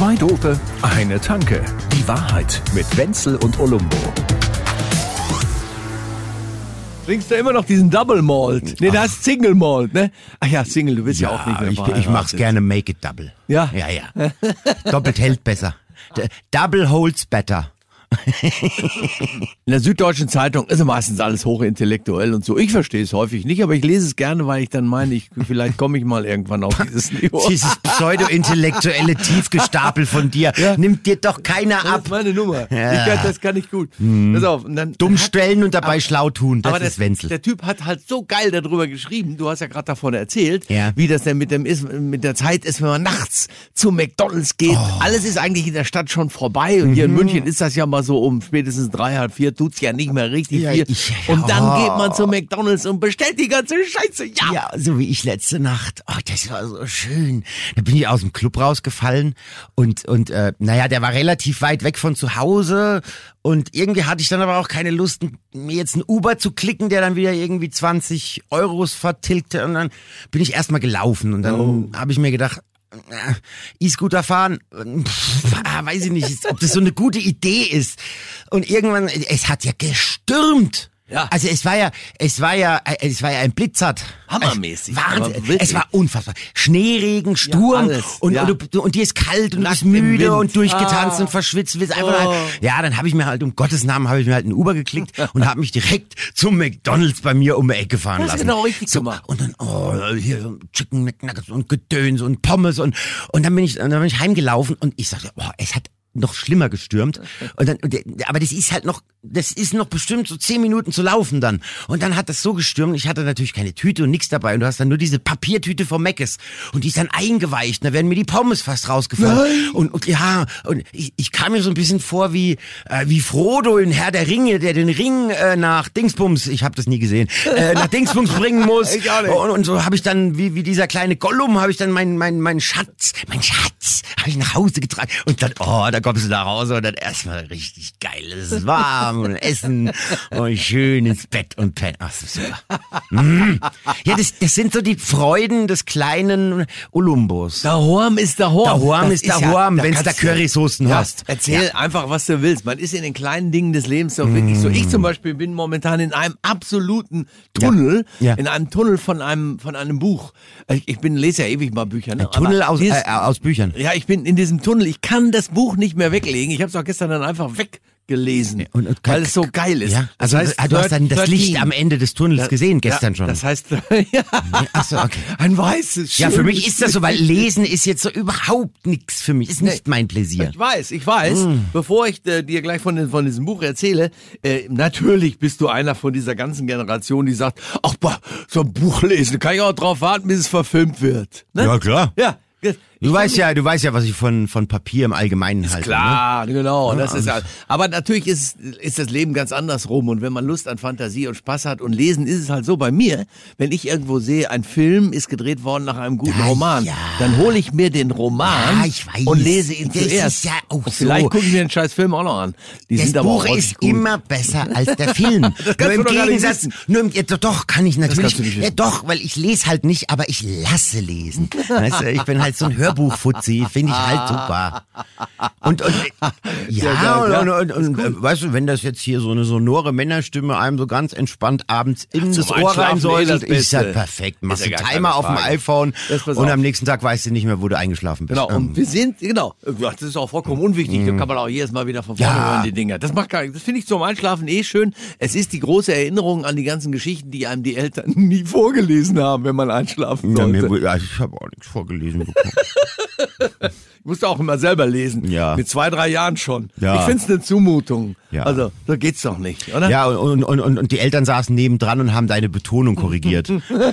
Zwei Dope, eine Tanke. Die Wahrheit mit Wenzel und Olumbo. Trinkst du immer noch diesen Double Malt? Nee, das ist Single Malt, ne? Ach ja, Single, du bist ja auch nicht mehr verheiratet. Ich mach's gerne Make it Double. Ja? Ja. Doppelt hält besser. Double holds better. In der Süddeutschen Zeitung ist meistens alles hochintellektuell und so. Ich verstehe es häufig nicht, aber ich lese es gerne, weil ich dann meine, vielleicht komme ich mal irgendwann auf dieses Niveau. Dieses pseudo-intellektuelle Tiefgestapel von dir nimmt dir doch keiner ab. Das ist meine Nummer. Ja. Das kann ich gut. Pass auf. Und dann Dumm stellen und dabei schlau tun, das ist Wenzel. Der Typ hat halt so geil darüber geschrieben, du hast ja gerade davon erzählt, Ja. wie das denn mit der Zeit ist, wenn man nachts zu McDonald's geht. Alles ist eigentlich in der Stadt schon vorbei und hier in München ist das ja mal so um spätestens 3, halb 4 tut's ja nicht mehr richtig viel. Und dann geht man zu McDonald's und bestellt die ganze Scheiße. Ja, so wie ich letzte Nacht. Oh, das war so schön. Da bin ich aus dem Club rausgefallen und der war relativ weit weg von zu Hause und irgendwie hatte ich dann aber auch keine Lust, mir jetzt einen Uber zu klicken, der dann wieder irgendwie 20 € vertilgte und dann bin ich erstmal gelaufen und dann habe ich mir gedacht, E-Scooter fahren, weiß ich nicht, ob das so eine gute Idee ist. Und irgendwann, es hat ja gestürmt. Ja. Also es war ja ein Blizzard. Hammermäßig. Es war unfassbar. Schneeregen, Sturm und dir ist kalt und du bist müde und durchgetanzt und verschwitzt. Dann habe ich mir halt, um Gottes Namen, einen Uber geklickt und habe mich direkt zum McDonald's bei mir um die Ecke fahren lassen. Das ist genau richtig gemacht. Und dann, hier Chicken McNuggets und Gedöns und Pommes und dann bin ich heimgelaufen und ich sagte, es hat noch schlimmer gestürmt. Aber das ist noch bestimmt so 10 Minuten zu laufen dann. Und dann hat das so gestürmt. Ich hatte natürlich keine Tüte und nichts dabei. Und du hast dann nur diese Papiertüte vom Mc's. Und die ist dann eingeweicht. Da werden mir die Pommes fast rausgefallen. Und ich kam mir so ein bisschen vor wie Frodo in Herr der Ringe, der den Ring nach Dingsbums, ich habe das nie gesehen, nach Dingsbums bringen muss. Ich auch nicht. Und so habe ich dann, wie dieser kleine Gollum, habe ich dann meinen Schatz habe ich nach Hause getragen. Und dann, da kommst du nach Hause und dann erstmal richtig geil. Es ist warm und Essen und schön ins Bett und pennen. Ach, das ist super. Ja, das sind so die Freuden des kleinen Olumbos. Daheim ist daheim. Daheim ist daheim, wenn du da Currysoßen hast. Erzähl einfach, was du willst. Man ist in den kleinen Dingen des Lebens doch wirklich so. Ich zum Beispiel bin momentan in einem absoluten Tunnel, in einem Tunnel von einem Buch. Ich lese ja ewig mal Bücher. Ne? Tunnel aus Büchern. Ja, ich bin in diesem Tunnel. Ich kann das Buch nicht mehr weglegen. Ich habe es auch gestern dann einfach weggelesen, weil es so geil ist. Ja, also das heißt, du hast dann das Licht am Ende des Tunnels gesehen gestern schon. Das heißt, Achso, okay. Ein weißes, ja, für mich ist das so, weil Lesen ist jetzt so überhaupt nichts für mich. Ist nicht mein Pläsier. Ich weiß. Bevor ich dir gleich von diesem Buch erzähle, natürlich bist du einer von dieser ganzen Generation, die sagt, ach, so ein Buch lesen, kann ich auch drauf warten, bis es verfilmt wird. Ne? Ja, klar. Ja. Du weißt ja, was ich von Papier im Allgemeinen halte. Klar, ne? Genau. Das ist aber natürlich ist das Leben ganz andersrum. Und wenn man Lust an Fantasie und Spaß hat und Lesen, ist es halt so bei mir, wenn ich irgendwo sehe, ein Film ist gedreht worden nach einem guten Roman, dann hole ich mir den Roman und lese ihn zuerst. Ist ja auch und vielleicht gucke ich mir den scheiß Film auch noch an. Das Buch ist gut. Immer besser als der Film. Das kannst nur du im doch Gegensatz, doch, kann ich natürlich. Ja, doch, weil ich lese halt nicht, aber ich lasse lesen. Weißt du, ich bin halt so ein Hörbuchfuzzi, finde ich halt super. Und weißt du, wenn das jetzt hier so eine sonore Männerstimme einem so ganz entspannt abends in das Ohr reinsäuselt, ist ja perfekt. Machst du Timer auf dem iPhone und am nächsten Tag weißt du nicht mehr, wo du eingeschlafen bist. Genau, und das ist auch vollkommen unwichtig. Da kann man auch jedes Mal wieder von vorne hören, die Dinger. Das finde ich zum Einschlafen schön. Es ist die große Erinnerung an die ganzen Geschichten, die einem die Eltern nie vorgelesen haben, wenn man einschlafen sollte. Ich habe auch nichts vorgelesen bekommen. Ich musste auch immer selber lesen. Ja. Mit 2, 3 Jahren schon. Ja. Ich find's eine Zumutung. Ja. Also, so geht's doch nicht, oder? Ja, und die Eltern saßen nebendran und haben deine Betonung korrigiert.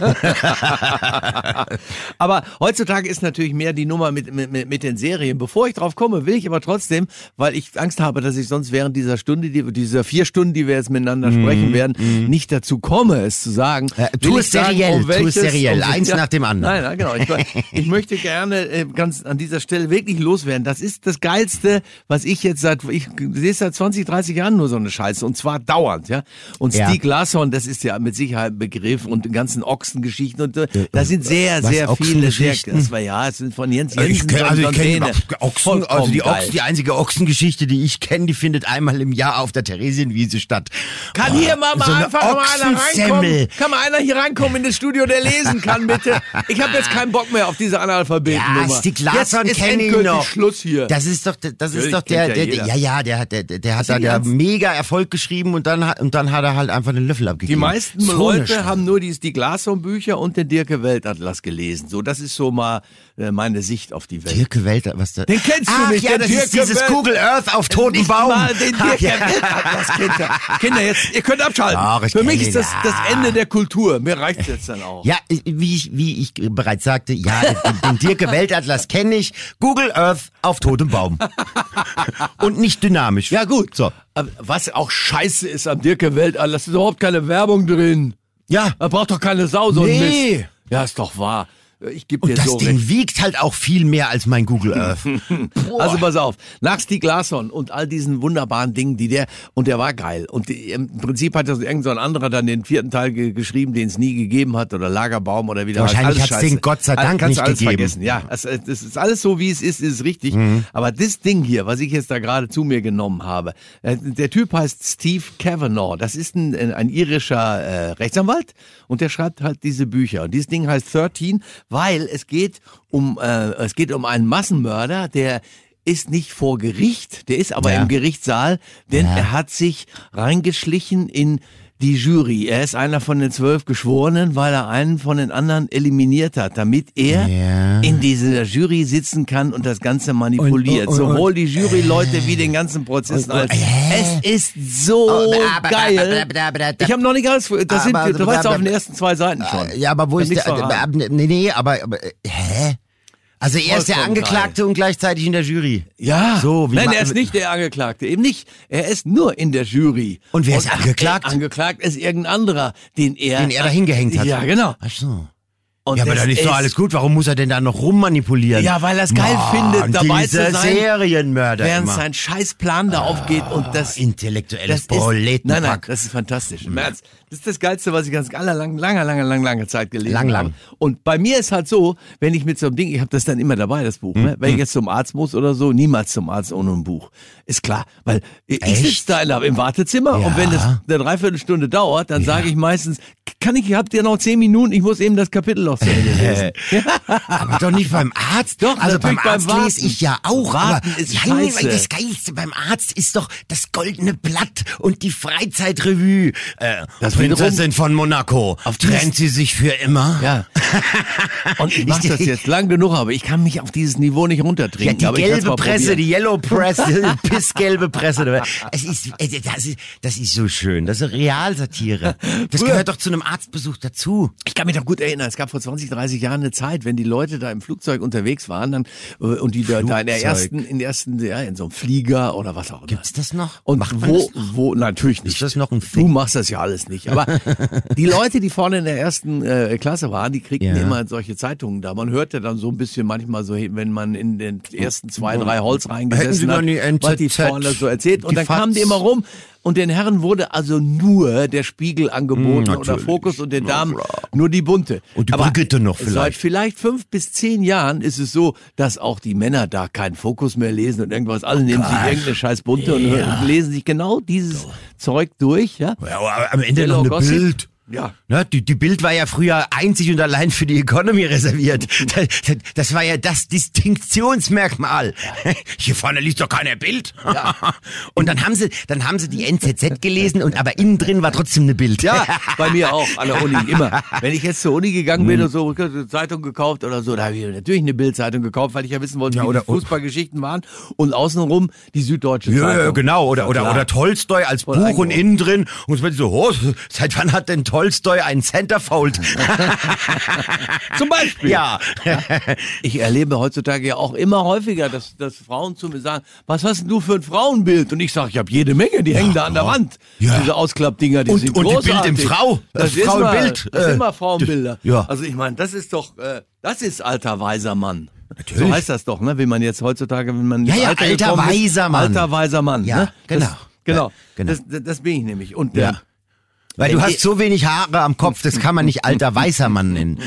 Aber heutzutage ist natürlich mehr die Nummer mit den Serien. Bevor ich drauf komme, will ich aber trotzdem, weil ich Angst habe, dass ich sonst während dieser Stunde, dieser 4 Stunden, die wir jetzt miteinander sprechen werden, nicht dazu komme, es zu sagen. Tu es seriell, eins nach dem anderen. Nein, genau. Ich möchte gerne ganz eins an dieser Stelle wirklich loswerden. Das ist das Geilste, was ich sehe seit 20, 30 Jahren nur so eine Scheiße. Und zwar dauernd, ja. Und Stieg Larsson, das ist ja mit Sicherheit ein Begriff und die ganzen Ochsengeschichten und da sind sehr viele, es sind von Jens Jensen. Ich kenne Ochsen, also die einzige Ochsengeschichte, die ich kenne, die findet einmal im Jahr auf der Theresienwiese statt. Kann hier mal so einfach mal einer reinkommen? Kann mal einer hier reinkommen in das Studio, der lesen kann, bitte? Ich habe jetzt keinen Bock mehr auf diese Analphabetennummer. Ja, Stieg Larsson kenne ich noch. Schluss hier. Das ist doch der hat da mega Erfolg geschrieben und dann hat er halt einfach den Löffel abgegeben. Die meisten Leute haben nur die Stieg Larsson Bücher und den Dirke Weltatlas gelesen. So, das ist so mal meine Sicht auf die Welt. Dirke Weltatlas, was da? Den kennst du nicht. Ja, das ist dieses Google Earth auf toten Baum. Den Dirke Weltatlas kennt ihr. Kinder, jetzt, ihr könnt abschalten. Für mich ist das Ende der Kultur. Mir reicht's jetzt dann auch. Ja, wie ich bereits sagte, den Dirke Weltatlas kenne ich. Google Earth auf totem Baum. Und nicht dynamisch. Ja, gut. So. Aber was auch scheiße ist am Dirke Weltatlas, ist überhaupt keine Werbung drin. Ja. Da braucht doch keine Sau so ein Mist. Ja, ist doch wahr. Ich gebe dir das so Ding recht. wiegt halt auch viel mehr als mein Google Earth. Also pass auf, nach Stieg Larsson und all diesen wunderbaren Dingen, der war geil. Und im Prinzip hat das irgend so ein anderer dann den 4. Teil geschrieben, den es nie gegeben hat, oder Lagerbaum oder wieder. Wahrscheinlich hat es den Gott sei Dank nicht alles gegeben. Vergessen. Ja, das ist alles so, wie es ist richtig. Aber das Ding hier, was ich jetzt da gerade zu mir genommen habe, der Typ heißt Steve Kavanaugh. Das ist ein irischer Rechtsanwalt und der schreibt halt diese Bücher. Und dieses Ding heißt 13, weil es geht um einen Massenmörder, der ist nicht vor Gericht, der ist aber im Gerichtssaal, denn er hat sich reingeschlichen in die Jury. Er ist einer von den 12 Geschworenen, weil er einen von den anderen eliminiert hat, damit er in dieser Jury sitzen kann und das Ganze manipuliert. Sowohl die Juryleute wie den ganzen Prozess. Es ist so geil. Ich habe noch nicht alles, du weißt auf den ersten 2 Seiten schon. Ja, aber wo ist der? Hä? Also er ist der Angeklagte und gleichzeitig in der Jury. Ja. So, Nein, er ist nicht der Angeklagte. Eben nicht. Er ist nur in der Jury. Und wer ist angeklagt? Angeklagt ist irgendein anderer, den er dahin gehängt hat. Ja, genau. Ach so. Und ja, aber dann ist doch alles gut. Warum muss er denn da noch rummanipulieren? Ja, weil er es geil findet, dabei zu sein. Serienmörder während sein Scheißplan da aufgeht und das intellektuelles Proletenpack. Nein, das ist fantastisch. Im Ernst. Das ist das Geilste, was ich ganz lange Zeit gelesen habe. Und bei mir ist halt so, wenn ich mit so einem Ding, ich habe das dann immer dabei, das Buch, ne? Wenn ich jetzt zum Arzt muss oder so, niemals zum Arzt ohne ein Buch. Ist klar, weil ich sitze da im Wartezimmer und wenn das eine Dreiviertelstunde dauert, dann sage ich meistens, habt ihr noch 10 Minuten, ich muss eben das Kapitel noch zu Ende lesen. Aber doch nicht beim Arzt. Doch, also beim Arzt lese ich ja auch. Warten ist scheiße. Das Geilste beim Arzt ist doch das Goldene Blatt und die Freizeitrevue. Das Prinzessin von Monaco. Trennt sie sich für immer? Ja. Und ich mache das jetzt lang genug, aber ich kann mich auf dieses Niveau nicht runterdrehen. Ja, die gelbe Presse, die Yellow Press, die pissgelbe Presse. Das ist so schön. Das ist Realsatire. Das gehört doch zu einem Arztbesuch dazu. Ich kann mich doch gut erinnern, es gab vor 20, 30 Jahren eine Zeit, wenn die Leute da im Flugzeug unterwegs waren, dann und die da in so einem Flieger oder was auch immer. Gibt's das noch? Und wo natürlich nicht. Ist das noch ein Thing? Du machst das ja alles nicht. Aber die Leute, die vorne in der ersten Klasse waren, die kriegten immer solche Zeitungen da. Man hörte dann so ein bisschen manchmal so, wenn man in den ersten 2, 3 Holzreihen gesessen hat, was die vorne so erzählt. Und dann kamen die immer rum. Und den Herren wurde also nur der Spiegel angeboten oder Fokus und den Damen nur die Bunte. Und die Brigitte noch vielleicht. Seit vielleicht 5 bis 10 Jahren ist es so, dass auch die Männer da keinen Fokus mehr lesen und irgendwas. Alle nehmen sich irgendeine scheiß Bunte und lesen sich genau dieses Zeug durch. Ja, aber am Ende noch eine Bild. Ja. Na, die Bild war ja früher einzig und allein für die Economy reserviert. Das war ja das Distinktionsmerkmal. Hier vorne liest doch keiner Bild. Ja. Und dann haben sie die NZZ gelesen und aber innen drin war trotzdem eine Bild. Ja, bei mir auch, an der Uni, immer. Wenn ich jetzt zur Uni gegangen bin und so Zeitung gekauft oder so, da habe ich natürlich eine Bildzeitung gekauft, weil ich ja wissen wollte, wie die Fußballgeschichten waren. Und außenrum die Süddeutsche Zeitung. Ja, genau. Oder Tolstoi als Buch und innen drin. Und es wird so, seit wann hat denn Tolstoi Tolstoi einen Centerfold. Zum Beispiel. Ja. Ich erlebe heutzutage ja auch immer häufiger, dass Frauen zu mir sagen, was hast denn du für ein Frauenbild? Und ich sage, ich habe jede Menge, die hängen da an der Wand. Ja. Diese Ausklappdinger, die sind Und die großartig. Bild im Frau. Das ist Frauenbild. Das sind immer Frauenbilder. Ja. Also ich meine, das ist doch, das ist alter weiser Mann. Natürlich. So heißt das doch, ne? Wie man jetzt heutzutage, wenn man ins Ja, Alter alter gekommen ist, weiser Mann. Alter weiser Mann. Ja, ne? genau. Genau. Ja, genau. Das bin ich nämlich. Und Ja. Weil du hast so wenig Haare am Kopf, das kann man nicht alter weißer Mann nennen.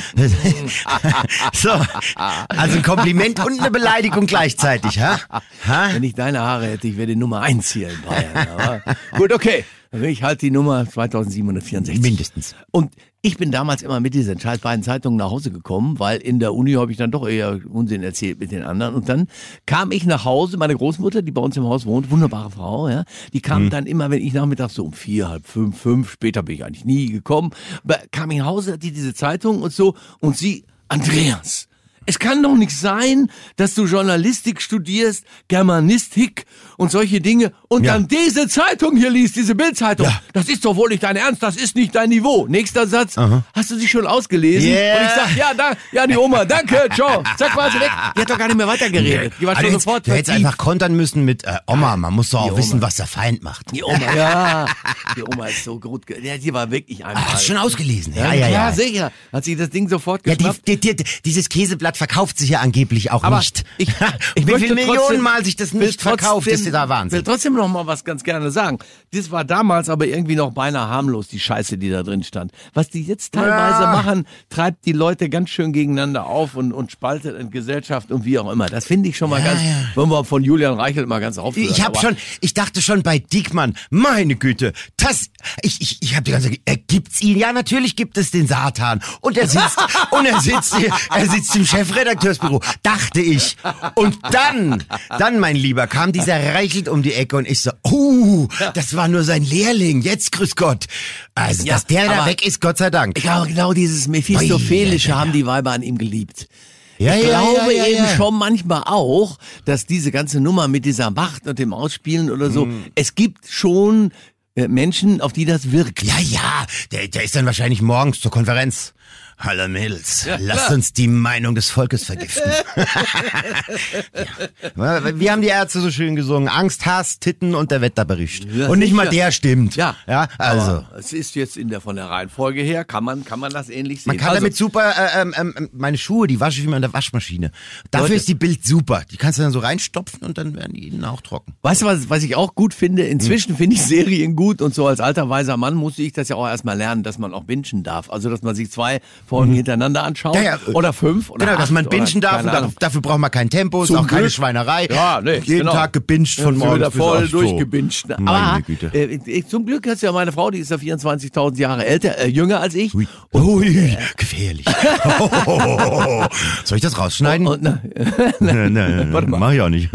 So, also ein Kompliment und eine Beleidigung gleichzeitig, ha? Wenn ich deine Haare hätte, ich wäre die Nummer 1 hier in Bayern. Aber gut, okay. Ich halte die Nummer 2764. Mindestens. Und ich bin damals immer mit diesen scheiß beiden Zeitungen nach Hause gekommen, weil in der Uni habe ich dann doch eher Unsinn erzählt mit den anderen. Und dann kam ich nach Hause, meine Großmutter, die bei uns im Haus wohnt, wunderbare Frau, ja, die kam dann immer, wenn ich nachmittags so um 4, halb 5, 5, später bin ich eigentlich nie gekommen, kam ich nach Hause, hatte diese Zeitung und so, und sie, Andreas, es kann doch nicht sein, dass du Journalistik studierst, Germanistik und solche Dinge und dann diese Zeitung hier liest, diese Bildzeitung. Ja. Das ist doch wohl nicht dein Ernst, das ist nicht dein Niveau. Nächster Satz, hast du sie schon ausgelesen? Yeah. Und ich sag, ja, die Oma, danke, ciao. Zack, war sie weg. Die hat doch gar nicht mehr weitergeredet. Die war schon sofort Du hättest vertieft. einfach kontern müssen mit Oma, man muss doch auch Die wissen, Oma. was der Feind macht. Die Oma, ja. Die Oma ist so gut. Ja, die war wirklich einmal. Hast du schon ausgelesen? Ja, Ja, sicher. Hat sich das Ding sofort Ja, geschnappt. dieses Käseblatt verkauft sich ja angeblich auch Aber nicht. ich Wie möchte viele Millionen trotzdem- Mal sich das will nicht verkauft, trotzdem- ist ja will Wahnsinn. trotzdem noch mal was ganz gerne sagen. Das war damals aber irgendwie noch beinahe harmlos, die Scheiße, die da drin stand. Was die jetzt teilweise machen, treibt die Leute ganz schön gegeneinander auf und spaltet in Gesellschaft und wie auch immer. Das finde ich schon mal ganz, wollen wir von Julian Reichelt mal ganz aufhören. Ich dachte schon bei Diekmann, meine Güte, ich habe die ganze Zeit, gibt's ihn? Ja, natürlich gibt es den Satan. Und er sitzt im Chefredakteursbüro, dachte ich. Und dann, mein Lieber, kam dieser Reichelt um die Ecke und ich so, das war nur sein Lehrling, jetzt grüß Gott. Also, Ja, dass der da aber- weg ist, Gott sei Dank. Ich glaube, genau dieses Mephistophelische Ja. haben die Weiber an ihm geliebt. Ja, Ich ja, glaube ja, eben ja. schon manchmal auch, dass diese ganze Nummer mit dieser Macht und dem Ausspielen oder so, es gibt schon Menschen, auf die das wirkt. Ja, der ist dann wahrscheinlich morgens zur Konferenz. Hallo Mädels, lasst klar. uns die Meinung des Volkes vergiften. Ja. Wie haben die Ärzte so schön gesungen? Angst, Hass, Titten und der Wetterbericht. Ja, und nicht mal sicher. der stimmt. Ja, also. aber es ist jetzt von der Reihenfolge her, kann man das ähnlich sehen. Man kann Also, damit super, meine Schuhe, die wasche ich immer in der Waschmaschine. Dafür Leute. ist die Bild super. Die kannst du dann so reinstopfen und dann werden die innen auch trocken. Weißt du, was ich auch gut finde? Inzwischen finde ich Serien gut und so als alter weiser Mann musste ich das ja auch erstmal lernen, dass man auch bingen darf. Also, dass man sich 2 Folgen hintereinander anschaut Ja, ja. oder 5 oder Genau, dass 8 man oder bingen darf keine und Ahnung. dafür braucht man kein Tempo, ist Zum auch keine Glück. Schweinerei. Ja, nee, Jeden genau. Tag gebinged von Ja, morgens wieder bis voll abends. durchgebinged. Meine Aber Güte. Zum Glück hast du ja meine Frau, die ist ja 24.000 Jahre älter, jünger als ich. Ui, Ui gefährlich. Soll ich das rausschneiden? Nein, Warte mal. mach ich auch nicht.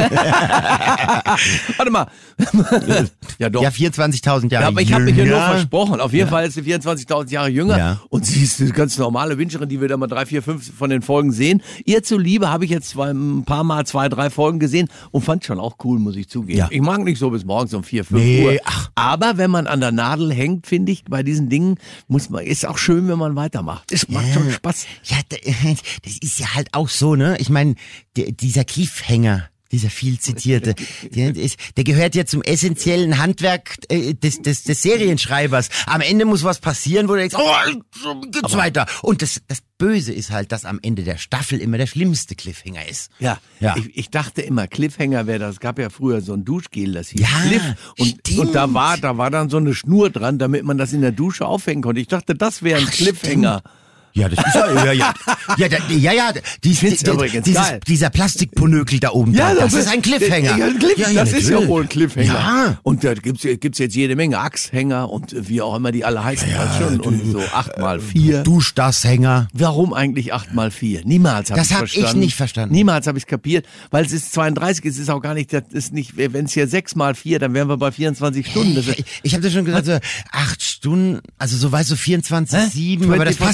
Warte mal. Ja, doch. Ja, 24.000 Jahre Ja, aber ich habe mich ja nur jünger. versprochen. Auf jeden Fall ist sie 24.000 Jahre jünger Ja. und sie ist eine ganz normale Wincherin, die wir da mal 3, 4, 5 von den Folgen sehen. Ihr zuliebe habe ich jetzt ein paar Mal 2, 3 Folgen gesehen und fand schon auch cool, muss ich zugeben. Ja. Ich mag nicht so bis morgens um 4, 5 Nee, Uhr. ach. Aber wenn man an der Nadel hängt, finde ich, bei diesen Dingen ist auch schön, wenn man weitermacht. Es macht schon Spaß. Ja, das ist ja halt auch so, ne? Ich meine, dieser Cliffhanger, dieser viel zitierte, der gehört ja zum essentiellen Handwerk des Serienschreibers. Am Ende muss was passieren, wo du denkst, so geht's weiter. Und das Böse ist halt, dass am Ende der Staffel immer der schlimmste Cliffhanger ist. Ja, Ja. Ich dachte immer, Cliffhanger wäre das. Es gab ja früher so ein Duschgel, das hieß Ja, Cliff. stimmt. Und da war dann so eine Schnur dran, damit man das in der Dusche aufhängen konnte. Ich dachte, das wäre ein Cliffhanger. Ja, das ist ja. find's übrigens geil. Dieser Plastikponökel da oben dran, das ist ein Cliffhanger. Ja, das ist ja natürlich. wohl ein Cliffhanger. Ja. Und da gibt's jetzt jede Menge Achshänger und wie auch immer die alle heißen. weißt schon. Und so 8x4. Duschdasshänger. Warum eigentlich 8x4? Niemals habe ich Das hab ich verstanden. nicht verstanden. Niemals habe ich es kapiert, weil es ist 32, es ist auch gar nicht, das ist nicht, wenn es hier 6x4, dann wären wir bei 24 Stunden. Das ist, Ich habe dir schon gesagt, so 8 Stunden, also so weißt du 24/7, aber das passt ja 24/7, nirgendwo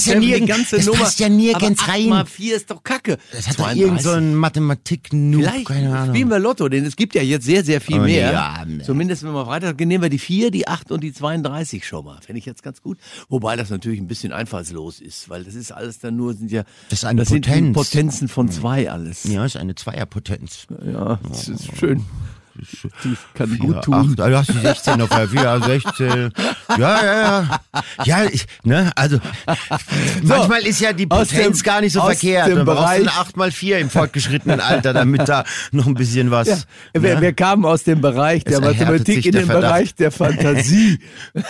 ganze das Nummer. passt ja nirgends aber rein. 8 mal 4 ist doch Kacke. Das hat doch irgend so ein Mathematik-Noob, Vielleicht keine Ahnung. spielen wir Lotto, denn es gibt ja jetzt sehr, sehr viel Oh, mehr. ja, nee. Zumindest wenn wir Freitag nehmen wir die 4, die 8 und die 32 schon mal. Fände ich jetzt ganz gut. Wobei das natürlich ein bisschen einfallslos ist, weil das ist alles dann nur, sind Potenz. sind Potenzen von 2 alles. Ja, ist eine Zweierpotenz. Ja, das ist schön. Die kann 4, gut tun. 8, du hast die 16 auf der 4, 16. Ja. Ja, also manchmal ist ja die Potenz gar nicht so verkehrt. Dann brauchst du eine 8x4 im fortgeschrittenen Alter, damit da noch ein bisschen was... Ja, wir kamen aus dem Bereich der Es erhärtet Mathematik sich in der den Verdacht. Bereich der Fantasie.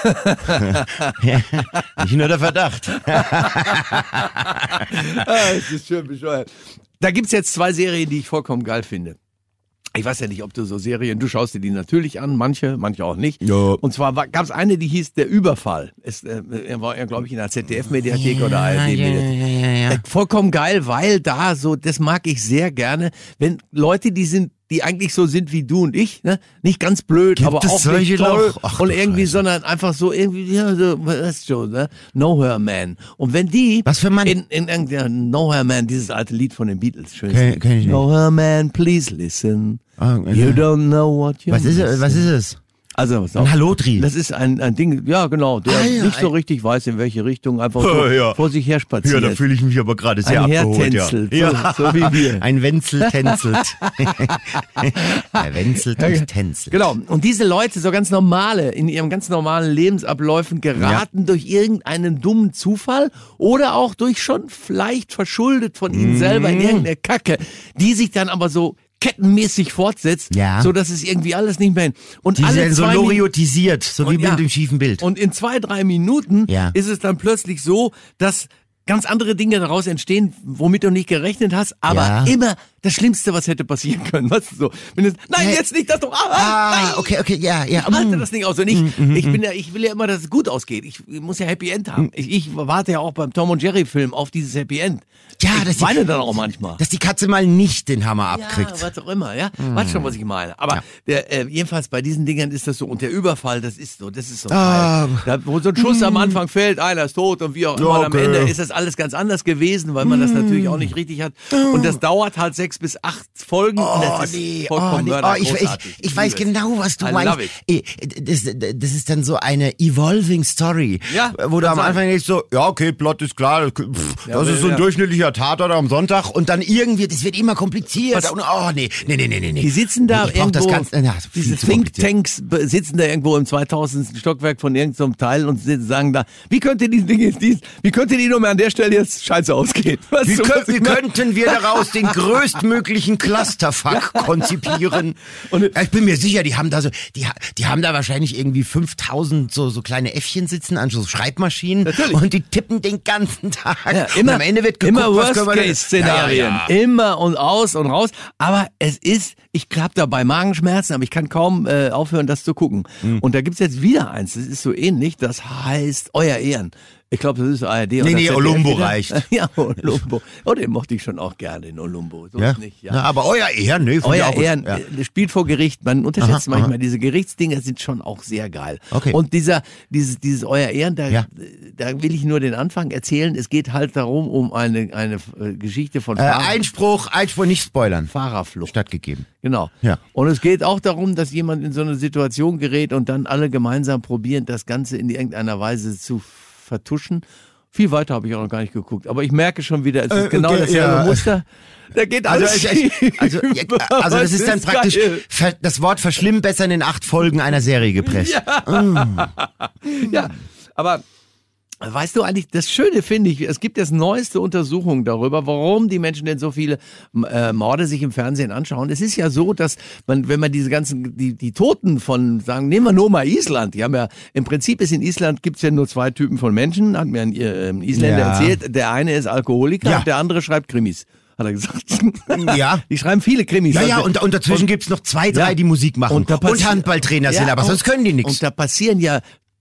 Nicht nur der Verdacht. Es ist schön bescheuert. Da gibt's jetzt 2 Serien, die ich vollkommen geil finde. Ich weiß ja nicht, ob du so Serien, du schaust dir die natürlich an, manche auch nicht. Ja. Und zwar gab's eine, die hieß Der Überfall. Er war ja, glaube ich, in der ZDF-Mediathek oder ARD-Mediathek. Ja. Vollkommen geil, weil da so, das mag ich sehr gerne, wenn Leute, die eigentlich so sind wie du und ich, ne? Nicht ganz blöd, Gibt aber es auch solche nicht toll noch? Ach, und du irgendwie, Scheiße. sondern einfach so irgendwie, ja, so, weißt schon, ne? Nowhere Man. Und wenn die Was für Mann? in Nowhere Man, dieses alte Lied von den Beatles, schön. Kenn ich nicht. Nowhere Man, please listen. Ah, You don't know what you Was ist es? Also, was Ein Hallotri. das ist ein Ding, ja genau, der ja, nicht so richtig weiß, in welche Richtung, einfach so Ja. vor sich her spaziert. Ja, da fühle ich mich aber gerade sehr Ein abgeholt. Hertänzelt, Ja. so wie wir. Ein Wenzel tänzelt. Er wenzelt und tänzelt. Genau. Und diese Leute, so ganz normale, in ihrem ganz normalen Lebensabläufen geraten durch irgendeinen dummen Zufall oder auch durch schon vielleicht verschuldet von ihnen selber in irgendeine Kacke, die sich dann aber so kettenmäßig fortsetzt, Ja. so dass es irgendwie alles nicht mehr hin. Und Die alle sind so 2 loriotisiert, so wie Und ja. mit dem schiefen Bild. Und in 2-3 Minuten Ja. ist es dann plötzlich so, dass ganz andere Dinge daraus entstehen, womit du nicht gerechnet hast, aber Ja. immer das Schlimmste, was hätte passieren können. Weißt du, so. Wenn du, nein, Hey. jetzt nicht, das doch, nein. Okay, ja. Ich halte das nicht aus. Und ich will ja immer, dass es gut ausgeht. Ich muss ja Happy End haben. Ich warte ja auch beim Tom und Jerry Film auf dieses Happy End. Ja, ich weine dann auch manchmal. Dass die Katze mal nicht den Hammer abkriegt. Ja, was auch immer, ja. Weißt schon, was ich meine. Aber jedenfalls bei diesen Dingern ist das so. Und der Überfall, das ist so geil. Da, wo so ein Schuss am Anfang fällt, einer ist tot und wie auch immer. Und am Okay. Ende ist das alles ganz anders gewesen, weil man das natürlich auch nicht richtig hat. Und das dauert halt 6 bis 8 Folgen. und das ist vollkommen mördergroßartig. Ich weiß liebe es. genau, was du I meinst. love Das ist dann so eine evolving Story. Ja, wo du kann am sein. Anfang denkst so, ja, okay, Plot ist klar, das ist so ein durchschnittlicher Tatort am Sonntag und dann irgendwie, das wird immer komplizierter. Und, nee. Die sitzen da Ich brauch das irgendwo, ganz, ja, viel diese zu kompliziert. Thinktanks sitzen da irgendwo im 2000. Stockwerk von irgendeinem Teil und sagen da, wie könnte die Nummer an der Stelle jetzt scheiße ausgehen? Weißt du, was Wie ich meine? könnten wir daraus den größtmöglichen Clusterfuck konzipieren? Und- Ich bin mir sicher, die haben da so, die haben da wahrscheinlich irgendwie 5000 so kleine Äffchen sitzen an so Schreibmaschinen. Natürlich. Und die tippen den ganzen Tag. Ja, und am Ende wird geguckt, immer was können wir denn- Worst-Case-Szenarien. Ja. Immer und aus und raus. Aber ich hab dabei Magenschmerzen, aber ich kann kaum aufhören, das zu gucken. Und da gibt's jetzt wieder eins, das ist so ähnlich, das heißt Euer Ehren. Ich glaube, das ist ARD. oder Nee, ZDF Olumbo wieder. reicht. Ja, Olumbo. Oh, den mochte ich schon auch gerne, den Olumbo. So Ja? ist nicht, ja. Na, aber euer Ehren, nee, finde ich Euer auch gut. Ehren, Ja. spielt vor Gericht. Man unterschätzt Aha, manchmal, diese Gerichtsdinger sind schon auch sehr geil. Okay. Und dieses Euer Ehren, Ja. da will ich nur den Anfang erzählen. Es geht halt darum, um eine Geschichte von Einspruch, nicht spoilern. Fahrerflucht. Stattgegeben. Genau. Ja. Und es geht auch darum, dass jemand in so eine Situation gerät und dann alle gemeinsam probieren, das Ganze in irgendeiner Weise zu vertuschen. Viel weiter habe ich auch noch gar nicht geguckt. Aber ich merke schon wieder, es ist genau okay, dasselbe ja. Muster. Da geht alles Also das ist dann praktisch geil. das Wort verschlimmbessern in 8 Folgen einer Serie gepresst. Ja, aber weißt du eigentlich, das Schöne finde ich, es gibt jetzt neueste Untersuchungen darüber, warum die Menschen denn so viele Morde sich im Fernsehen anschauen. Es ist ja so, dass wenn man diese ganzen, die Toten von, nehmen wir nur mal Island, die haben ja, im Prinzip ist in Island gibt's ja nur 2 Typen von Menschen, hat mir ein Isländer Ja. erzählt, der eine ist Alkoholiker Ja. und der andere schreibt Krimis. Hat er gesagt. Ja. Die schreiben viele Krimis. Ja, Also- und dazwischen gibt's noch 2, 3, Ja. die Musik machen da und Handballtrainer sind, aber sonst können die nichts. Und da passieren ja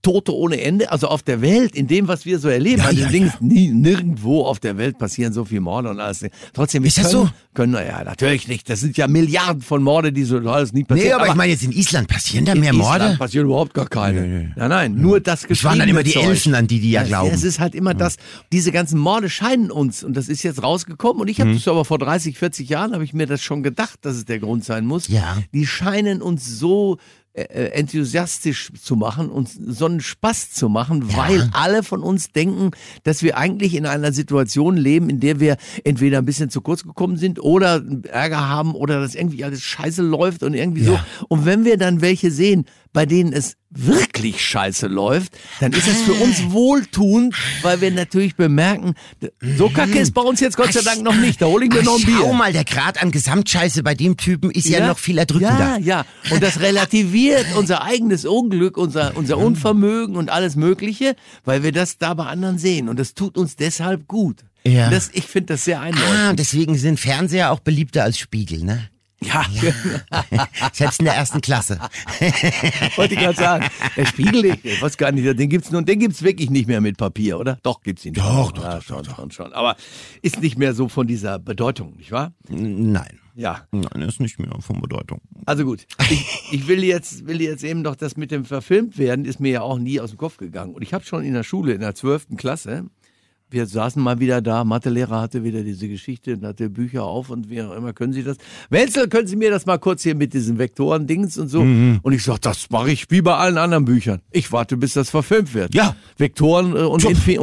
Tote ohne Ende. Also auf der Welt, in dem, was wir so erleben, nirgendwo auf der Welt passieren so viele Morde und alles. Trotzdem, wir können, naja, natürlich nicht. Das sind ja Milliarden von Morde, die so alles nie passieren. Nee, aber ich meine jetzt in Island passieren da mehr Morde? In Island passieren überhaupt gar keine. Nein, nur das geschriebene. Es waren dann immer die Elfen, an die ja glauben. Es ist halt immer das, diese ganzen Morde scheinen uns, und das ist jetzt rausgekommen, und ich habe das aber vor 30, 40 Jahren, habe ich mir das schon gedacht, dass es der Grund sein muss. Ja. Die scheinen uns so enthusiastisch zu machen und so einen Spaß zu machen, weil alle von uns denken, dass wir eigentlich in einer Situation leben, in der wir entweder ein bisschen zu kurz gekommen sind oder Ärger haben oder dass irgendwie alles scheiße läuft und irgendwie so. Und wenn wir dann welche sehen, bei denen es wirklich scheiße läuft, dann ist es für uns wohltuend, weil wir natürlich bemerken, so kacke ist bei uns jetzt Gott sei Dank noch nicht, da hole ich mir noch ein Bier. Schau mal, der Grad an Gesamtscheiße bei dem Typen ist ja noch viel erdrückender. Ja, und das relativiert unser eigenes Unglück, unser Unvermögen und alles Mögliche, weil wir das da bei anderen sehen, und das tut uns deshalb gut. Ja. Ich finde das sehr einleuchtend. Deswegen sind Fernseher auch beliebter als Spiegel, ne? Ja. Selbst in der 1. Klasse. Wollte ich gerade sagen. Der Spiegel, ich weiß gar nicht, den gibt's wirklich nicht mehr mit Papier, oder? Doch, gibt's ihn. Doch. Schon. Aber ist nicht mehr so von dieser Bedeutung, nicht wahr? Nein. Ja. Nein, ist nicht mehr von Bedeutung. Also gut. Ich will jetzt eben doch, das mit dem verfilmt werden, ist mir ja auch nie aus dem Kopf gegangen. Und ich habe schon in der Schule, in der 12. Klasse, wir saßen mal wieder da, Mathelehrer hatte wieder diese Geschichte und hatte Bücher auf und wie auch immer, können Sie das? Wenzel, können Sie mir das mal kurz hier mit diesen Vektoren-Dings und so? Und ich sag, das mache ich wie bei allen anderen Büchern. Ich warte, bis das verfilmt wird. Ja. Vektoren und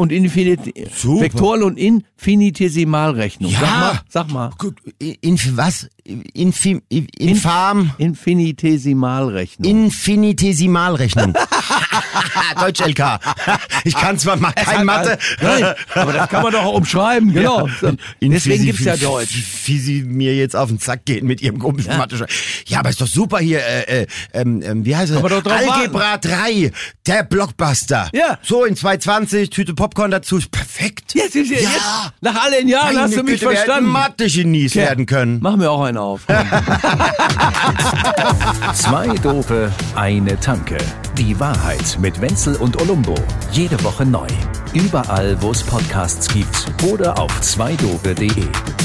Vektoren und Infinitesimalrechnung. Ja. Sag mal. Was? Infam? Infinitesimalrechnung. Infinitesimalrechnung. Deutsch LK. Ich kann zwar mal kein Mathe. Nein, aber das kann man doch auch umschreiben, genau. Ja. Deswegen gibt's ja Deutsch. Wie Sie mir jetzt auf den Sack gehen mit Ihrem komischen Mathe. Ja, aber ist doch super hier, wie heißt es? Algebra 3, der Blockbuster. Ja. So in 2,20, Tüte Popcorn dazu, perfekt. Jetzt, nach all den Jahren hast du mich verstanden. Wir hätten Mathe-Genies werden können. Mach mir auch einen auf. 2 Doofe, eine Tanke. Die Wahrheit mit Wenzel und Olumbo. Jede Woche neu. Überall, wo es Podcasts gibt oder auf 2dope.de.